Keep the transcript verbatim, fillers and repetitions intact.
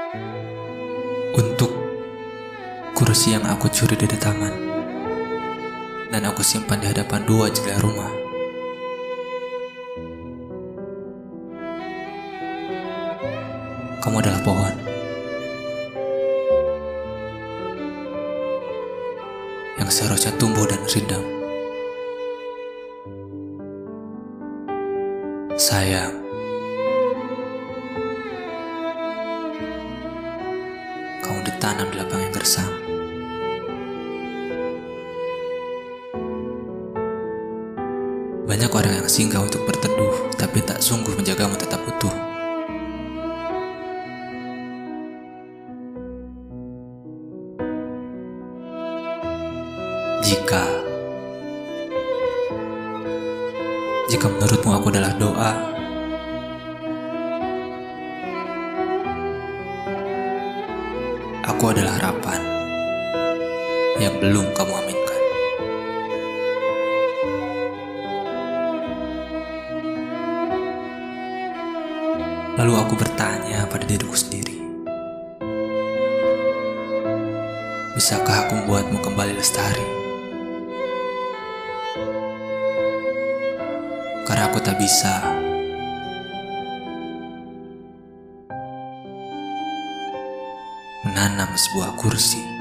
Untuk kursi yang aku curi dari taman dan aku simpan di hadapan dua jendela rumah. Kamu adalah pohon yang seharusnya tumbuh dan rindang. Sayang, kamu ditanam di lapang yang gersang. Banyak orang yang singgah untuk berteduh, tapi tak sungguh menjagamu tetap utuh. Jika Jika menurutmu aku adalah doa, aku adalah harapan yang belum kamu aminkan. Lalu aku bertanya pada diriku sendiri, bisakah aku membuatmu kembali lestari? Karena aku tak bisa menanam sebuah kursi